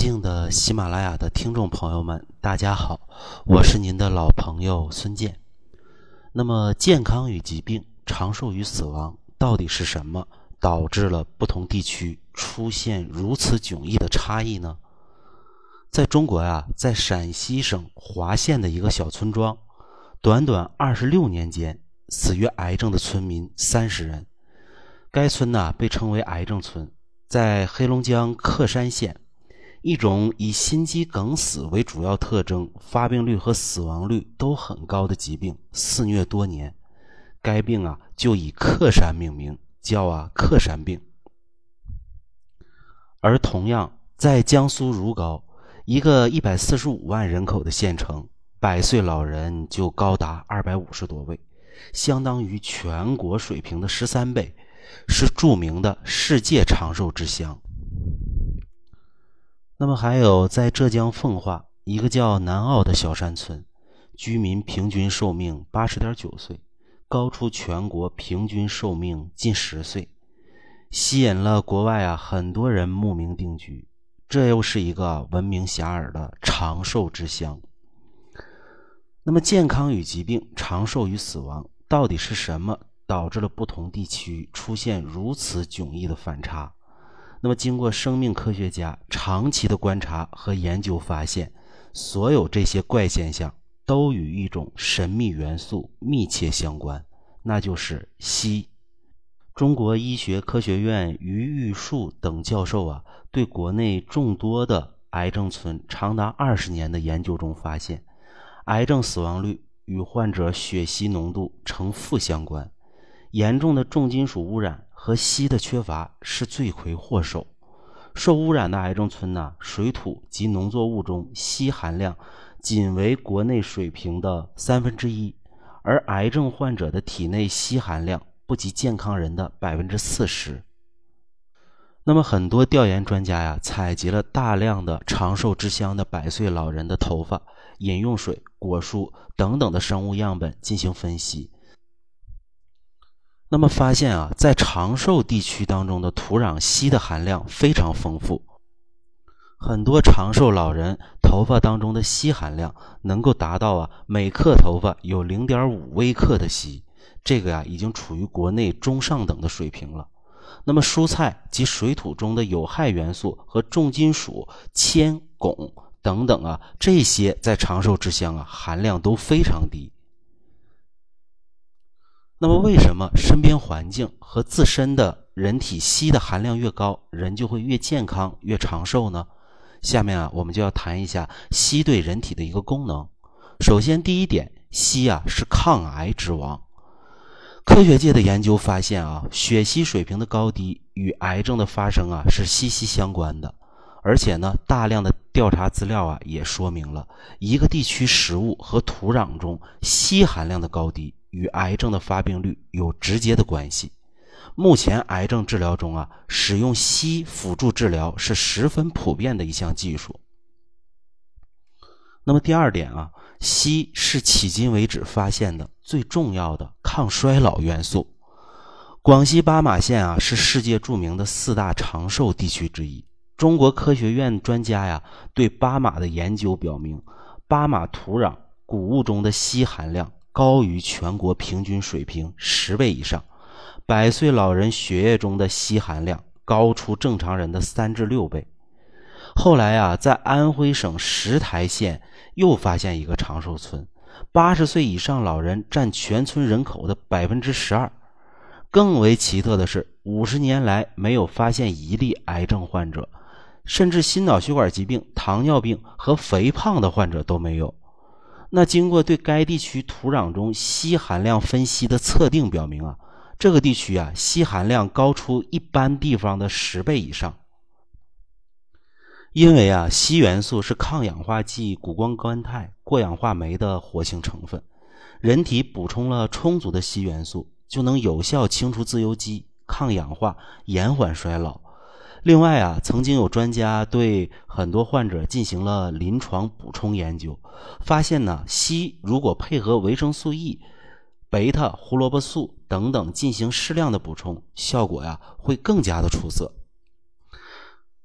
敬的喜马拉雅的听众朋友们，大家好，我是您的老朋友孙健。那么健康与疾病、长寿与死亡到底是什么，导致了不同地区出现如此迥异的差异呢？在中国呀，在陕西省华县的一个小村庄，短短26年间死于癌症的村民30人。该村被称为癌症村，在黑龙江克山县，一种以心肌梗死为主要特征，发病率和死亡率都很高的疾病肆虐多年。该病就以克山命名，叫克山病。而同样在江苏如皋，一个145万人口的县城，100岁老人就高达250多位，相当于全国水平的13倍，是著名的世界长寿之乡。那么还有在浙江奉化一个叫南澳的小山村，居民平均寿命80.9岁，高出全国平均寿命近10岁，吸引了国外很多人慕名定居，这又是一个闻名遐迩的长寿之乡。那么健康与疾病、长寿与死亡到底是什么导致了不同地区出现如此迥异的反差？那么经过生命科学家长期的观察和研究发现，所有这些怪现象都与一种神秘元素密切相关，那就是硒。中国医学科学院于玉树等教授对国内众多的癌症村长达20年的研究中发现，癌症死亡率与患者血硒浓度呈负相关，严重的重金属污染和硒的缺乏是罪魁祸首。受污染的癌症村水土及农作物中硒含量仅为国内水平的1/3，而癌症患者的体内硒含量不及健康人的40%。那么很多调研专家采集了大量的长寿之乡的100岁老人的头发、饮用水、果蔬等等的生物样本进行分析。那么发现在长寿地区当中的土壤硒的含量非常丰富，很多长寿老人头发当中的硒含量能够达到每克头发有 0.5 微克的硒，这个已经处于国内中上等的水平了。那么蔬菜及水土中的有害元素和重金属、铅、汞等等这些在长寿之乡含量都非常低。那么为什么身边环境和自身的人体硒的含量越高，人就会越健康越长寿呢？下面我们就要谈一下硒对人体的一个功能。首先第一点，硒是抗癌之王。科学界的研究发现血硒水平的高低与癌症的发生是息息相关的。而且大量的调查资料也说明了一个地区食物和土壤中硒含量的高低与癌症的发病率有直接的关系。目前癌症治疗中使用硒辅助治疗是十分普遍的一项技术。那么第二点硒是迄今为止发现的最重要的抗衰老元素。广西巴马县是世界著名的4大长寿地区之一。中国科学院专家对巴马的研究表明，巴马土壤谷物中的硒含量高于全国平均水平10倍以上，100岁老人血液中的硒含量高出正常人的3至6倍。后来在安徽省石台县又发现一个长寿村，80岁以上老人占全村人口的 12%。更为奇特的是，50年来没有发现一例癌症患者，甚至心脑血管疾病、糖尿病和肥胖的患者都没有。那经过对该地区土壤中硒含量分析的测定表明这个地区硒含量高出一般地方的10倍以上。因为硒元素是抗氧化剂谷胱甘肽过氧化酶的活性成分，人体补充了充足的硒元素，就能有效清除自由基、抗氧化、延缓衰老。另外曾经有专家对很多患者进行了临床补充研究，发现硒如果配合维生素 E、贝塔胡萝卜素等等进行适量的补充，效果会更加的出色。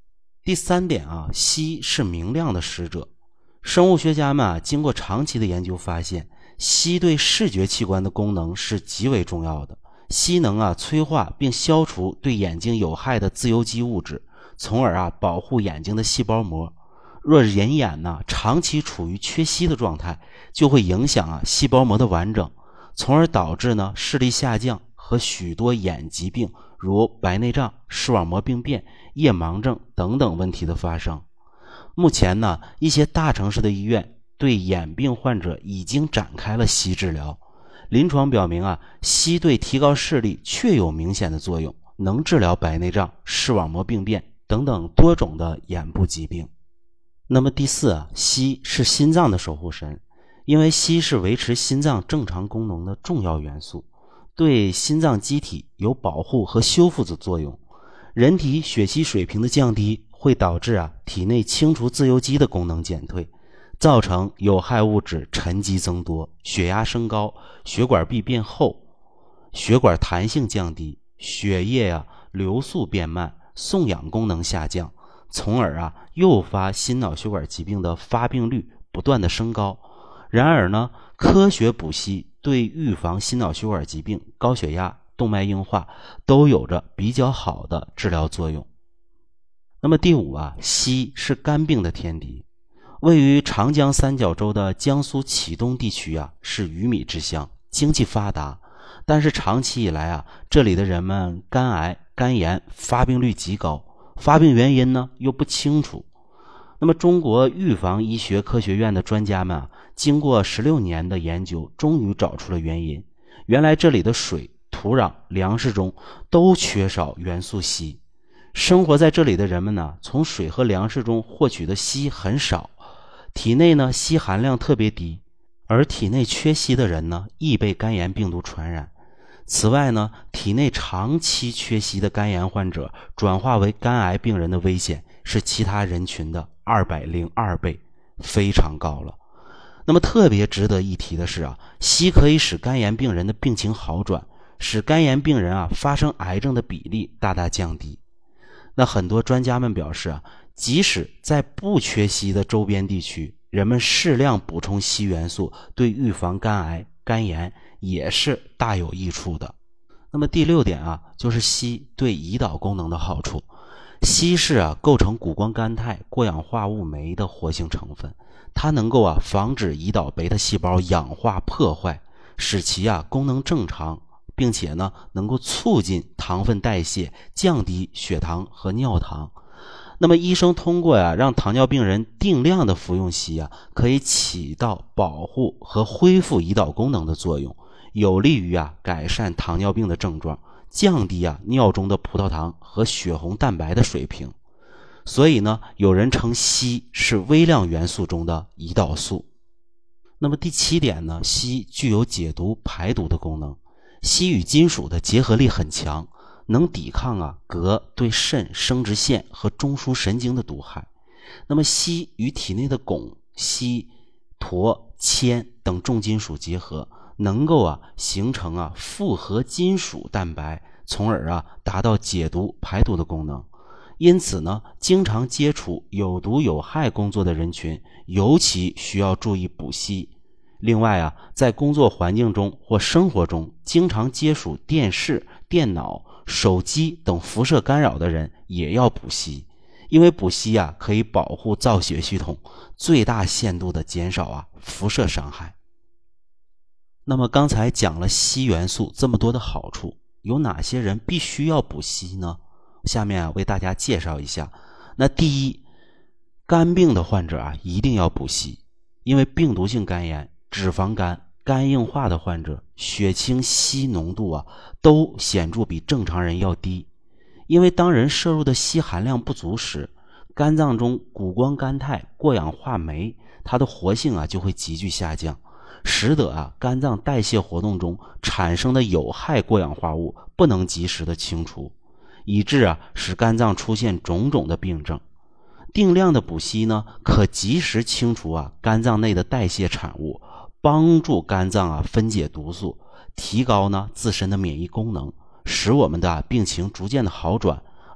第3点啊，硒是明亮的使者。生物学家们经过长期的研究发现，硒对视觉器官的功能是极为重要的。硒能催化并消除对眼睛有害的自由基物质，从而保护眼睛的细胞膜。若人眼长期处于缺硒的状态，就会影响细胞膜的完整，从而导致视力下降和许多眼疾病，如白内障、视网膜病变、夜盲症等等问题的发生。目前一些大城市的医院对眼病患者已经展开了硒治疗。临床表明硒对提高视力确有明显的作用，能治疗白内障、视网膜病变等等多种的眼部疾病。那么第4，硒是心脏的守护神，因为硒是维持心脏正常功能的重要元素，对心脏机体有保护和修复的作用。人体血硒水平的降低会导致体内清除自由基的功能减退，造成有害物质沉积增多，血压升高，血管壁变厚，血管弹性降低，血液流速变慢，送氧功能下降，从而诱发心脑血管疾病的发病率不断的升高。然而科学补硒对预防心脑血管疾病、高血压、动脉硬化都有着比较好的治疗作用。那么第5，硒是肝病的天敌。位于长江三角洲的江苏启东地区是鱼米之乡，经济发达，但是长期以来这里的人们肝癌、肝炎发病率极高，发病原因又不清楚。那么中国预防医学科学院的专家们经过16年的研究，终于找出了原因。原来这里的水、土壤、粮食中都缺少元素硒。生活在这里的人们从水和粮食中获取的硒很少，体内硒含量特别低，而体内缺硒的人易被肝炎病毒传染。此外体内长期缺硒的肝炎患者转化为肝癌病人的危险是其他人群的202倍，非常高了。那么特别值得一提的是硒可以使肝炎病人的病情好转，使肝炎病人发生癌症的比例大大降低。那很多专家们表示即使在不缺硒的周边地区，人们适量补充硒元素对预防肝癌、肝炎也是大有益处的。那么第6点就是硒对胰岛功能的好处。硒是构成谷胱甘肽过氧化物酶的活性成分，它能够防止胰岛贝塔细胞氧化破坏，使其功能正常，并且能够促进糖分代谢，降低血糖和尿糖。那么医生通过让糖尿病人定量的服用硒可以起到保护和恢复胰岛功能的作用，有利于改善糖尿病的症状，降低尿中的葡萄糖和血红蛋白的水平。所以有人称硒是微量元素中的胰岛素。那么第7点硒具有解毒排毒的功能。硒与金属的结合力很强，能抵抗镉对肾、生殖腺和中枢神经的毒害。那么硒与体内的汞、硒、铊、铅等重金属结合，能够形成复合金属蛋白，从而达到解毒排毒的功能。因此经常接触有毒有害工作的人群尤其需要注意补硒。另外在工作环境中或生活中经常接触电视、电脑、手机等辐射干扰的人也要补硒，因为补硒可以保护造血系统，最大限度的减少辐射伤害。那么刚才讲了硒元素这么多的好处，有哪些人必须要补硒呢？下面为大家介绍一下。那第一，肝病的患者一定要补硒，因为病毒性肝炎、脂肪肝、肝硬化的患者血清硒浓度都显著比正常人要低。因为当人摄入的硒含量不足时，肝脏中谷胱甘肽过氧化酶它的活性就会急剧下降，使得肝脏代谢活动中产生的有害过氧化物不能及时的清除，以致使肝脏出现种种的病症。定量的补硒可及时清除肝脏内的代谢产物，帮助肝脏分解毒素，提高自身的免疫功能，使我们的病情逐渐的好转，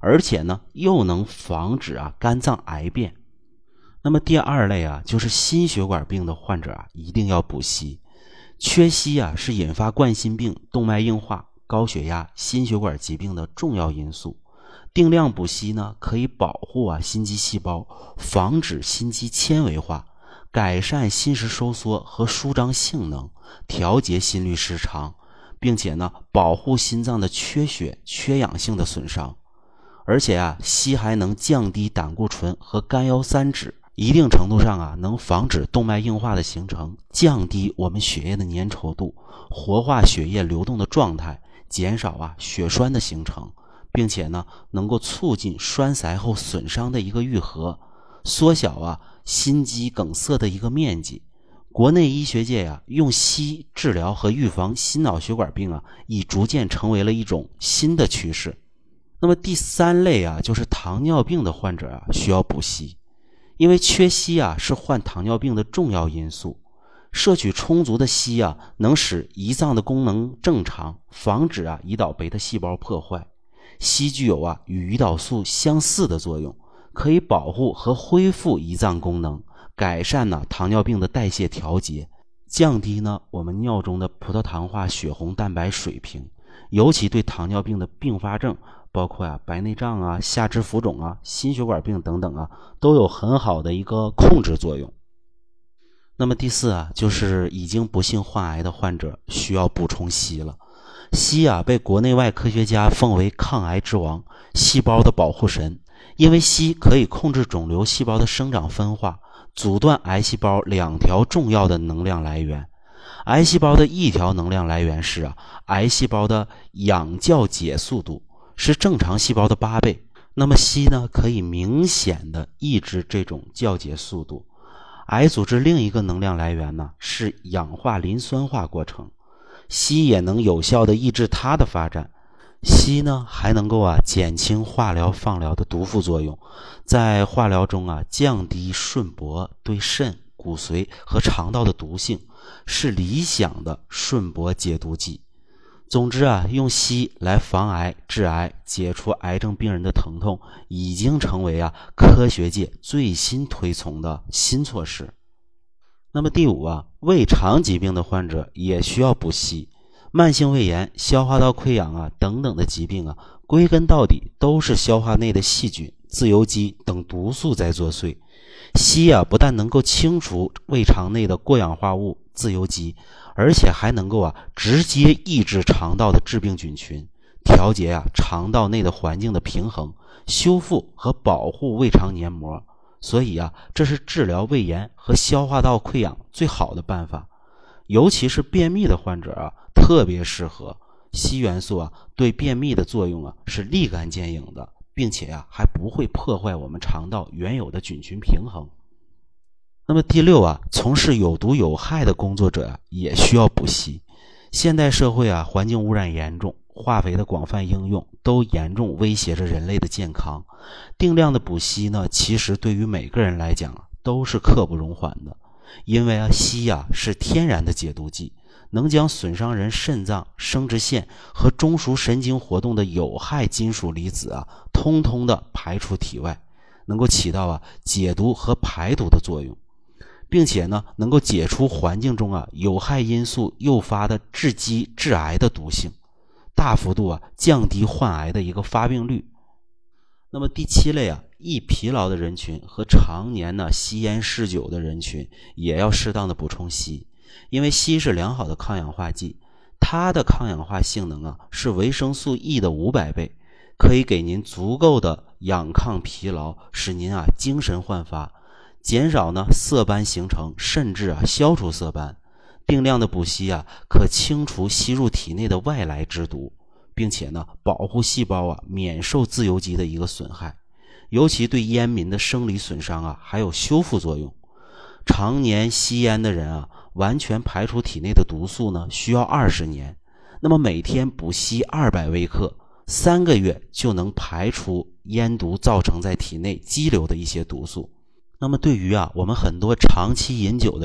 而且呢又能防止肝脏癌变。那么第二类就是心血管病的患者一定要补硒。缺硒是引发冠心病、动脉硬化、高血压、心血管疾病的重要因素。定量补硒呢，可以保护心肌细胞，防止心肌纤维化，改善心室收缩和舒张性能，调节心律失常，并且呢，保护心脏的缺血、缺氧性的损伤。而且硒还能降低胆固醇和甘油三酯，一定程度上能防止动脉硬化的形成，降低我们血液的粘稠度，活化血液流动的状态，减少血栓的形成，并且呢，能够促进栓塞后损伤的一个愈合，缩小心肌梗塞的一个面积。国内医学界用硒治疗和预防心脑血管病已逐渐成为了一种新的趋势。那么第三类就是糖尿病的患者需要补硒。因为缺硒是患糖尿病的重要因素，摄取充足的硒能使胰脏的功能正常，防止胰岛贝塔细胞破坏。硒具有与胰岛素相似的作用，可以保护和恢复胰脏功能，改善糖尿病的代谢调节，降低我们尿中的葡萄糖化血红蛋白水平，尤其对糖尿病的并发症，包括白内障下肢浮肿心血管病等等都有很好的一个控制作用。那么第四就是已经不幸患癌的患者需要补充硒了。硒被国内外科学家奉为抗癌之王，细胞的保护神。因为硒可以控制肿瘤细胞的生长分化，阻断癌细胞两条重要的能量来源。癌细胞的一条能量来源是癌细胞的氧酵解速度是正常细胞的8倍，那么硒呢可以明显的抑制这种酵解速度。癌组织另一个能量来源呢是氧化磷酸化过程，硒也能有效的抑制它的发展。硒呢还能够减轻化疗放疗的毒副作用，在化疗中降低顺铂对肾、骨髓和肠道的毒性，是理想的顺铂解毒剂。总之用硒来防癌治癌，解除癌症病人的疼痛，已经成为科学界最新推崇的新措施。那么第五胃肠疾病的患者也需要补硒。慢性胃炎、消化道溃疡等等的疾病归根到底都是消化内的细菌、自由基等毒素在作祟。硒不但能够清除胃肠内的过氧化物、自由基，而且还能够直接抑制肠道的致病菌群，调节肠道内的环境的平衡，修复和保护胃肠黏膜。所以这是治疗胃炎和消化道溃疡最好的办法。尤其是便秘的患者特别适合。硒元素对便秘的作用是立竿见影的，并且还不会破坏我们肠道原有的菌群平衡。那么第六从事有毒有害的工作者也需要补硒。现代社会环境污染严重，化肥的广泛应用都严重威胁着人类的健康。定量的补硒呢，其实对于每个人来讲都是刻不容缓的。因为硒是天然的解毒剂，能将损伤人肾脏、生殖腺和中枢神经活动的有害金属离子通通的排出体外，能够起到解毒和排毒的作用，并且呢能够解除环境中有害因素诱发的致畸致癌的毒性，大幅度降低患癌的一个发病率。那么第七类易疲劳的人群和常年吸烟嗜酒的人群也要适当的补充硒。因为硒是良好的抗氧化剂，它的抗氧化性能是维生素 E 的500倍，可以给您足够的氧抗疲劳，使您精神焕发，减少色斑形成，甚至消除色斑。定量的补硒可清除吸入体内的外来之毒，并且保护细胞免受自由基的一个损害，尤其对烟民的生理损伤还有修复作用。常年吸烟的人完全排除体内的毒素需要20年，那么每天补硒200微克，3个月就能排除烟毒造成在体内积留的一些毒素。那么对于我们很多长期饮酒的人，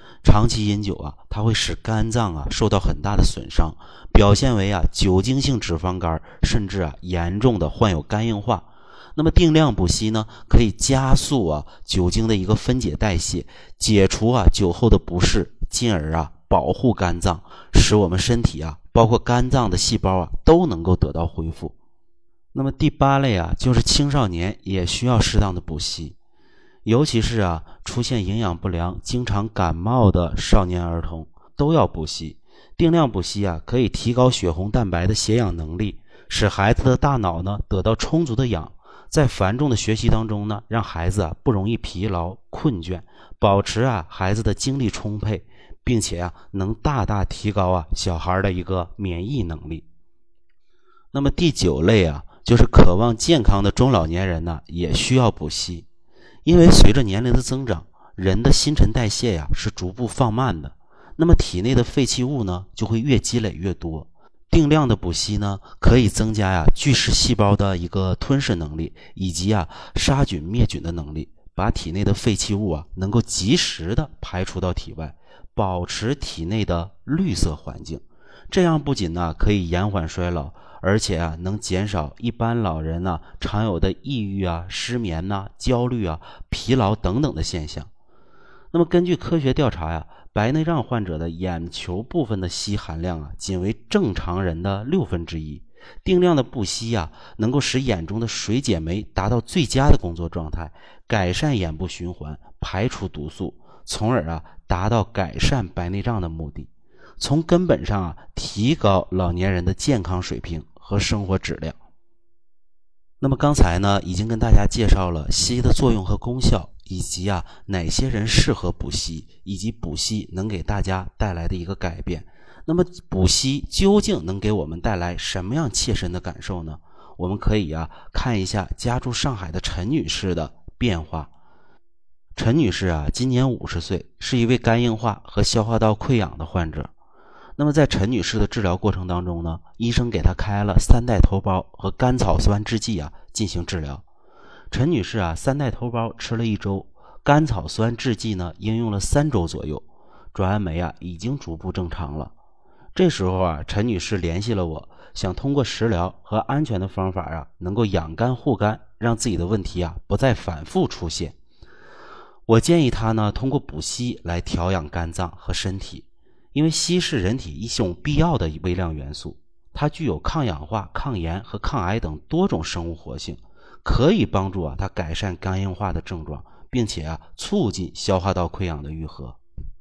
长期饮酒啊，它会使肝脏啊受到很大的损伤，表现为啊酒精性脂肪肝，甚至啊严重的患有肝硬化。那么定量补硒呢，可以加速啊酒精的一个分解代谢，解除啊酒后的不适，进而啊保护肝脏，使我们身体啊包括肝脏的细胞啊都能够得到恢复。那么第8类啊，就是青少年也需要适当的补硒，尤其是啊出现营养不良、经常感冒的少年儿童都要补硒。定量补硒啊，可以提高血红蛋白的携氧能力，使孩子的大脑呢得到充足的氧，在繁重的学习当中呢，让孩子啊不容易疲劳困倦，保持啊孩子的精力充沛，并且啊能大大提高啊小孩的一个免疫能力。那么第9类啊，就是渴望健康的中老年人呢，也需要补硒。因为随着年龄的增长，人的新陈代谢呀是逐步放慢的，那么体内的废弃物呢就会越积累越多。定量的补硒呢，可以增加呀巨噬细胞的一个吞噬能力，以及啊杀菌灭菌的能力，把体内的废弃物啊能够及时的排除到体外，保持体内的绿色环境。这样不仅呢可以延缓衰老，而且啊能减少一般老人呢常有的抑郁啊、失眠啊、焦虑啊、疲劳等等的现象。那么根据科学调查呀，白内障患者的眼球部分的硒含量啊仅为正常人的1/6。定量的补硒啊能够使眼中的水解酶达到最佳的工作状态，改善眼部循环，排除毒素，从而啊达到改善白内障的目的，从根本上啊提高老年人的健康水平和生活质量。那么刚才呢已经跟大家介绍了硒的作用和功效，以及啊哪些人适合补硒，以及补硒能给大家带来的一个改变。那么补硒究竟能给我们带来什么样切身的感受呢？我们可以啊看一下家住上海的陈女士的变化。陈女士啊今年50岁，是一位肝硬化和消化道溃疡的患者。那么在陈女士的治疗过程当中呢，医生给她开了3代头孢和甘草酸制剂啊进行治疗。陈女士啊3代头孢吃了1周，甘草酸制剂呢应用了3周左右，转氨酶啊已经逐步正常了。这时候啊陈女士联系了我，想通过食疗和安全的方法啊能够养肝护肝，让自己的问题啊不再反复出现。我建议她呢通过补硒来调养肝脏和身体，因为硒是人体一种必要的微量元素，它具有抗氧化、抗炎和抗癌等多种生物活性，可以帮助啊它改善肝硬化的症状，并且啊促进消化道溃疡的愈合。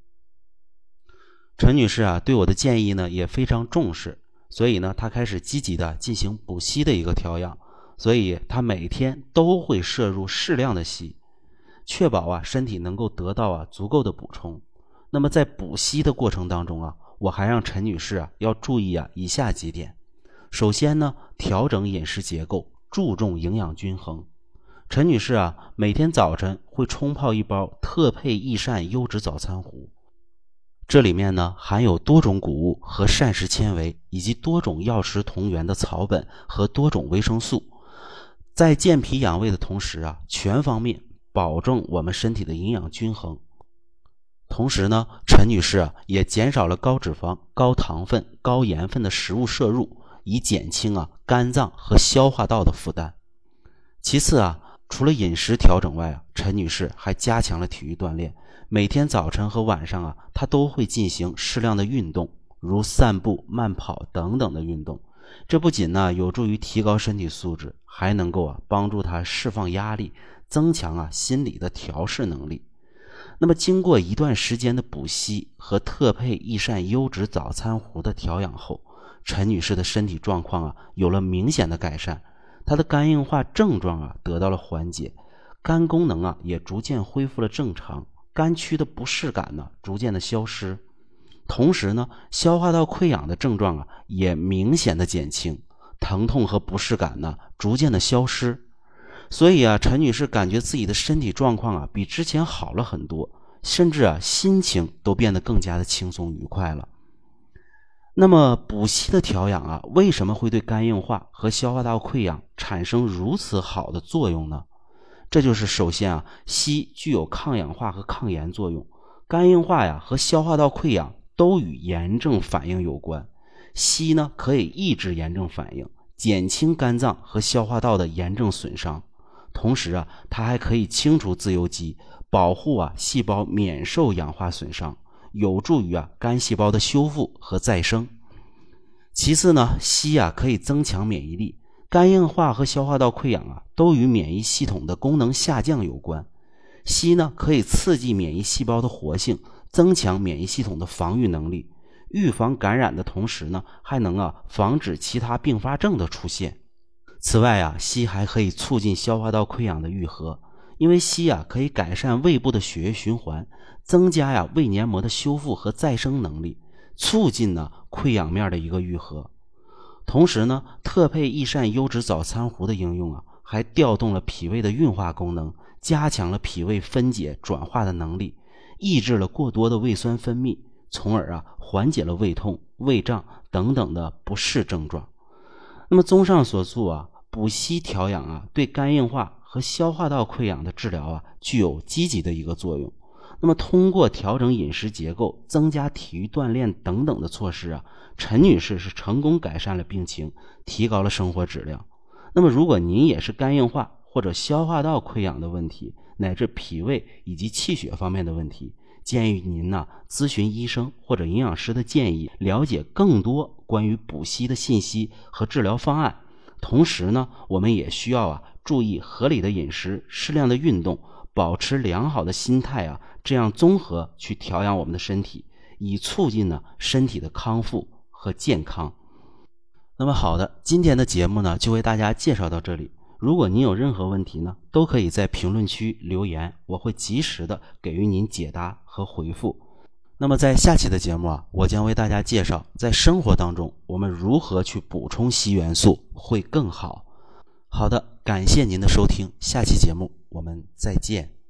陈女士啊对我的建议呢也非常重视，所以呢她开始积极的进行补硒的一个调养，所以她每天都会摄入适量的硒，确保啊身体能够得到啊足够的补充。那么在补硒的过程当中啊，我还让陈女士啊要注意啊以下几点。首先呢，调整饮食结构，注重营养均衡。陈女士啊每天早晨会冲泡1包特配益善优质早餐壶，这里面呢含有多种谷物和膳食纤维，以及多种药食同源的草本和多种维生素，在健脾养胃的同时啊，全方面保证我们身体的营养均衡。同时呢，陈女士啊也减少了高脂肪、高糖分、高盐分的食物摄入，以减轻啊肝脏和消化道的负担。其次啊，除了饮食调整外啊，陈女士还加强了体育锻炼，每天早晨和晚上啊，她都会进行适量的运动，如散步、慢跑等等的运动。这不仅呢有助于提高身体素质，还能够啊帮助她释放压力，增强啊心理的调试能力。那么经过一段时间的补硒和特配益善优质早餐壶的调养后，陈女士的身体状况啊有了明显的改善，她的肝硬化症状啊得到了缓解，肝功能啊也逐渐恢复了正常，肝区的不适感呢逐渐的消失。同时呢，消化道溃疡的症状啊也明显的减轻，疼痛和不适感呢逐渐的消失。所以啊，陈女士感觉自己的身体状况啊比之前好了很多，甚至啊心情都变得更加的轻松愉快了。那么补硒的调养啊，为什么会对肝硬化和消化道溃疡产生如此好的作用呢？这就是首先啊，硒具有抗氧化和抗炎作用， 肝硬化呀和消化道溃疡都与炎症反应有关。硒呢可以抑制炎症反应，减轻肝脏和消化道的炎症损伤。同时啊，它还可以清除自由基，保护细胞免受氧化损伤，有助于肝细胞的修复和再生。其次呢，硒可以增强免疫力。肝硬化和消化道溃疡都与免疫系统的功能下降有关。硒呢可以刺激免疫细胞的活性，增强免疫系统的防御能力，预防感染的同时呢，还能防止其他并发症的出现。此外硒还可以促进消化道溃疡的愈合，因为硒可以改善胃部的血液循环，增加胃黏膜的修复和再生能力，促进溃疡面的一个愈合。同时呢，特配益善优质早餐糊的应用还调动了脾胃的运化功能，加强了脾胃分解转化的能力，抑制了过多的胃酸分泌，从而缓解了胃痛、胃胀等等的不适症状。那么综上所述补硒调养对肝硬化和消化道溃疡的治疗具有积极的一个作用。那么通过调整饮食结构、增加体育锻炼等等的措施陈女士是成功改善了病情，提高了生活质量。那么如果您也是肝硬化或者消化道溃疡的问题，乃至脾胃以及气血方面的问题，建议您咨询医生或者营养师的建议，了解更多关于补硒的信息和治疗方案。同时呢，我们也需要注意合理的饮食、适量的运动，保持良好的心态这样综合去调养我们的身体，以促进身体的康复和健康。那么好的，今天的节目呢就为大家介绍到这里。如果您有任何问题呢，都可以在评论区留言，我会及时的给予您解答和回复。那么在下期的节目我将为大家介绍在生活当中我们如何去补充硒元素会更好。好的，感谢您的收听，下期节目我们再见。